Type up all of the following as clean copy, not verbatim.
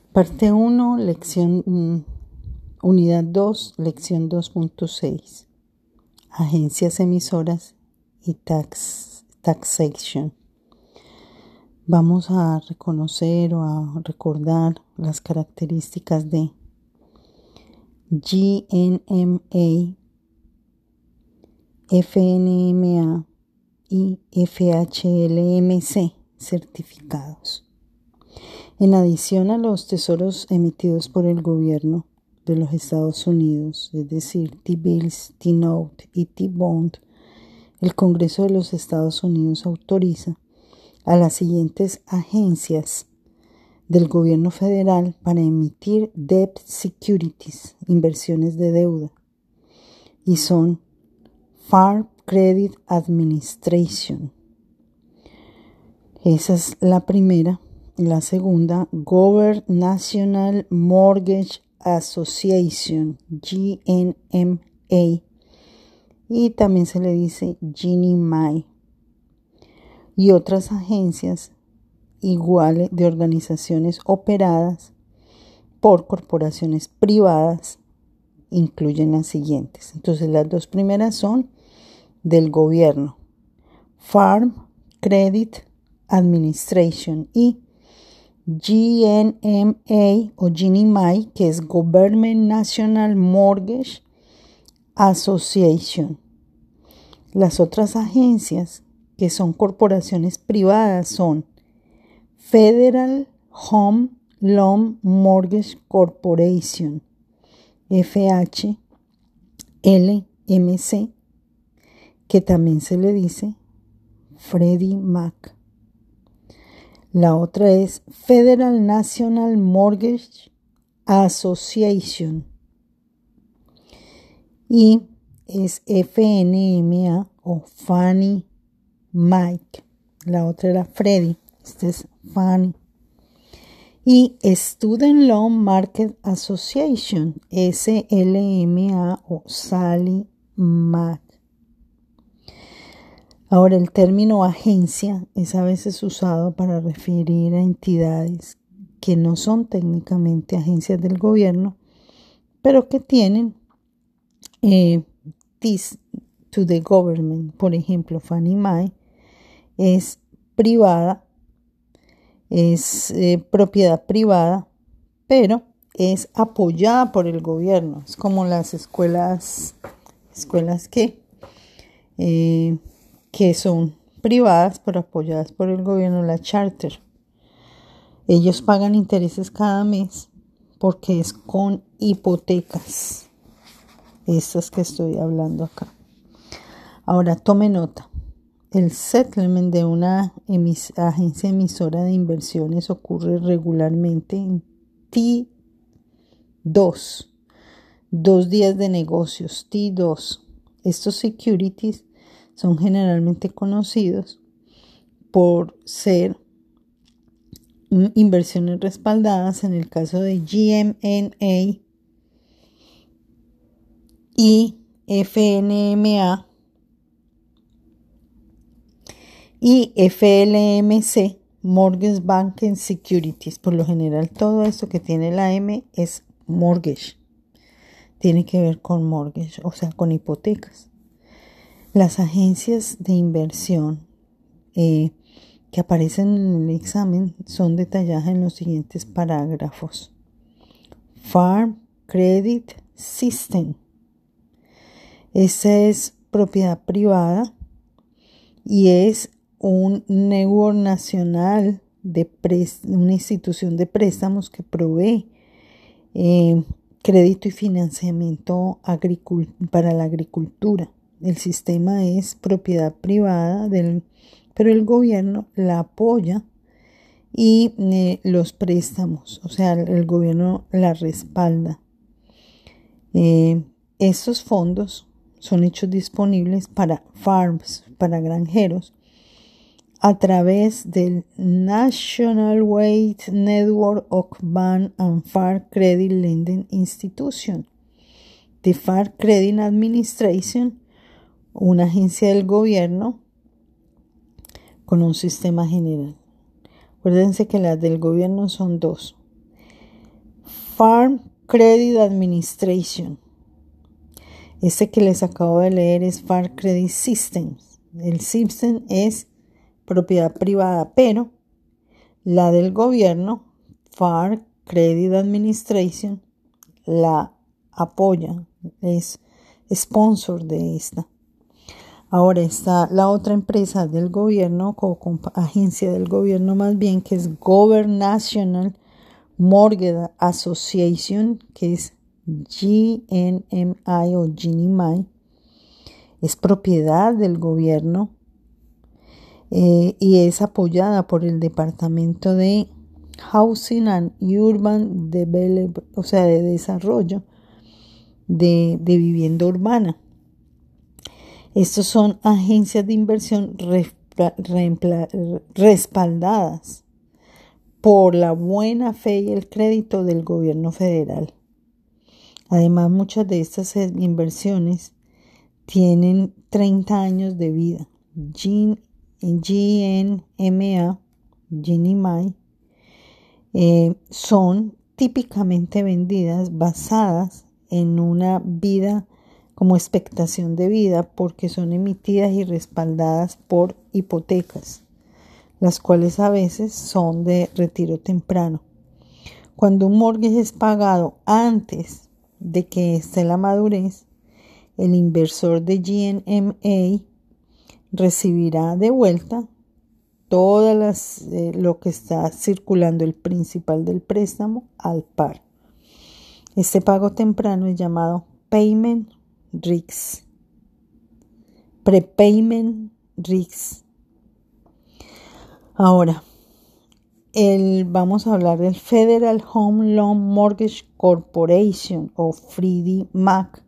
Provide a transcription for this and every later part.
Parte 1, unidad 2, lección 2.6. Agencias emisoras y taxation. Vamos a reconocer o a recordar las características de GNMA, FNMA y FHLMC certificados. En adición a los tesoros emitidos por el gobierno de los Estados Unidos, es decir, T-bills, T-note y T-bond, el Congreso de los Estados Unidos autoriza a las siguientes agencias del gobierno federal para emitir debt securities, inversiones de deuda, y son Farm Credit Administration. Esa es la primera. La segunda, National Mortgage Association, GNMA, y también se le dice Ginnie Mae, y otras agencias iguales de organizaciones operadas por corporaciones privadas incluyen las siguientes. Entonces las dos primeras son del gobierno, Farm Credit Administration, y GNMA o Ginnie Mae, que es Government National Mortgage Association. Las otras agencias que son corporaciones privadas son Federal Home Loan Mortgage Corporation, FHLMC, que también se le dice Freddie Mac. La otra es Federal National Mortgage Association y es FNMA o Fannie Mae. La otra era Freddie, este es Fannie. Y Student Loan Market Association, SLMA o Sallie Mae. Ahora, el término agencia es a veces usado para referir a entidades que no son técnicamente agencias del gobierno, pero que tienen ties to the government. Por ejemplo, Fannie Mae es privada, es propiedad privada, pero es apoyada por el gobierno. Es como las escuelas que son privadas pero apoyadas por el gobierno, la charter. Ellos pagan intereses cada mes porque es con hipotecas, estas que estoy hablando acá. Ahora tome nota, el settlement de una agencia emisora de inversiones ocurre regularmente en T2, 2 días de negocios, T2. Estos securities son generalmente conocidos por ser inversiones respaldadas en el caso de GNMA y FNMA y FLMC, Mortgage Banking Securities. Por lo general todo esto que tiene la M es mortgage, tiene que ver con mortgage, o sea, con hipotecas. Las agencias de inversión que aparecen en el examen son detalladas en los siguientes parágrafos. Farm Credit System. Esa es propiedad privada y es un network nacional de una institución de préstamos que provee crédito y financiamiento para la agricultura. El sistema es propiedad privada, pero el gobierno la apoya y los préstamos, o sea, el gobierno la respalda. Estos fondos son hechos disponibles para farms, para granjeros, a través del National Weight Network of Bank and Farm Credit Lending Institution, the Farm Credit Administration, una agencia del gobierno con un sistema general. Acuérdense que las del gobierno son dos. Farm Credit Administration. Este que les acabo de leer es Farm Credit Systems. El system es propiedad privada, pero la del gobierno, Farm Credit Administration, la apoya, es sponsor de esta. Ahora está la otra empresa del gobierno, o agencia del gobierno más bien, que es National Mortgage Association, que es GNMI o GNMI. Es propiedad del gobierno y es apoyada por el Departamento de Housing and Urban Development, o sea, de desarrollo de vivienda urbana. Estos son agencias de inversión respaldadas por la buena fe y el crédito del gobierno federal. Además, muchas de estas inversiones tienen 30 años de vida. GNMI, son típicamente vendidas basadas en una vida como expectación de vida porque son emitidas y respaldadas por hipotecas, las cuales a veces son de retiro temprano. Cuando un mortgage es pagado antes de que esté la madurez, el inversor de GNMA recibirá de vuelta todas lo que está circulando, el principal del préstamo, al par. Este pago temprano es llamado Payment Risk, Prepayment Risk. Ahora, vamos a hablar del Federal Home Loan Mortgage Corporation o Freddie Mac,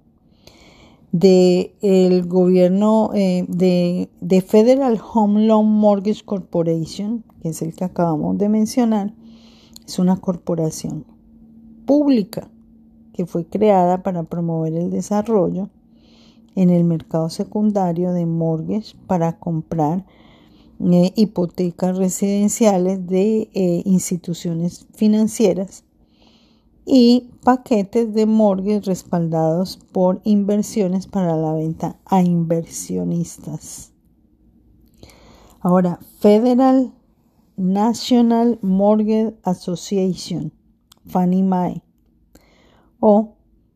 del gobierno de Federal Home Loan Mortgage Corporation, que es el que acabamos de mencionar. Es una corporación pública que fue creada para promover el desarrollo en el mercado secundario de mortgage para comprar hipotecas residenciales de instituciones financieras y paquetes de mortgage respaldados por inversiones para la venta a inversionistas. Ahora, Federal National Mortgage Association, Fannie Mae, o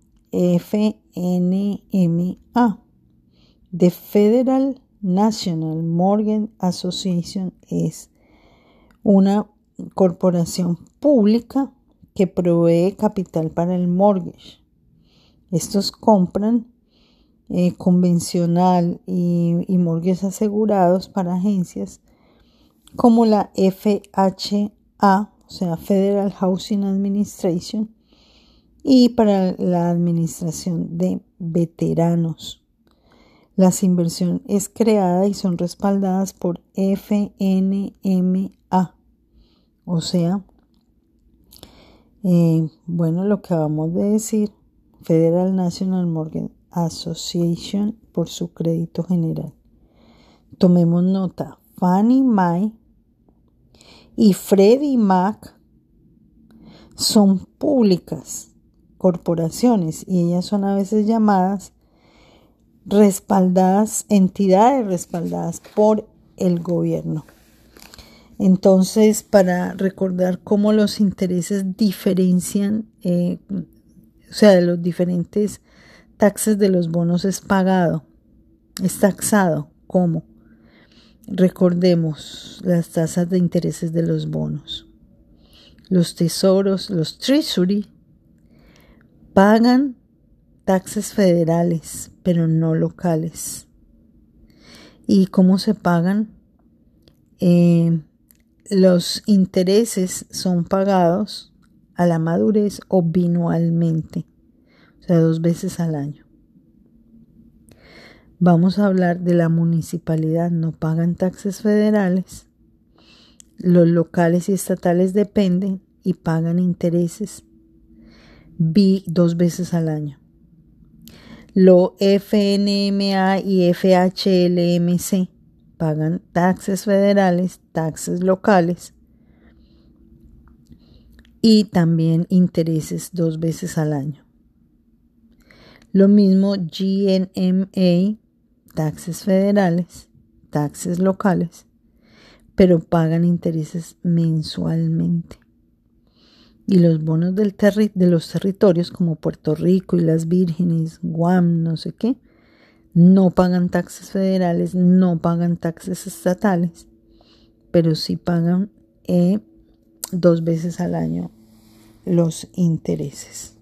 FNMA. The Federal National Mortgage Association es una corporación pública que provee capital para el mortgage. Estos compran convencional y mortgages asegurados para agencias como la FHA, o sea, Federal Housing Administration, y para la administración de veteranos. Las inversiones es creada y son respaldadas por FNMA, o sea, lo que acabamos de decir, Federal National Mortgage Association, por su crédito general. Tomemos nota, Fannie Mae y Freddie Mac son públicas corporaciones y ellas son a veces llamadas entidades respaldadas por el gobierno. Entonces, para recordar cómo los intereses diferencian, de los diferentes taxes de los bonos es taxado. ¿Cómo? Recordemos las tasas de intereses de los bonos. Los tesoros, los treasury, pagan taxes federales, pero no locales. ¿Y cómo se pagan? Los intereses son pagados a la madurez o bianualmente, o sea, 2 veces al año. Vamos a hablar de la municipalidad, no pagan taxes federales. Los locales y estatales dependen y pagan intereses 2 veces al año. Lo FNMA y FHLMC pagan taxes federales, taxes locales y también intereses 2 veces al año. Lo mismo GNMA, taxes federales, taxes locales, pero pagan intereses mensualmente. Y los bonos de los territorios como Puerto Rico y las Vírgenes, Guam, no sé qué, no pagan taxes federales, no pagan taxes estatales, pero sí pagan 2 veces al año los intereses.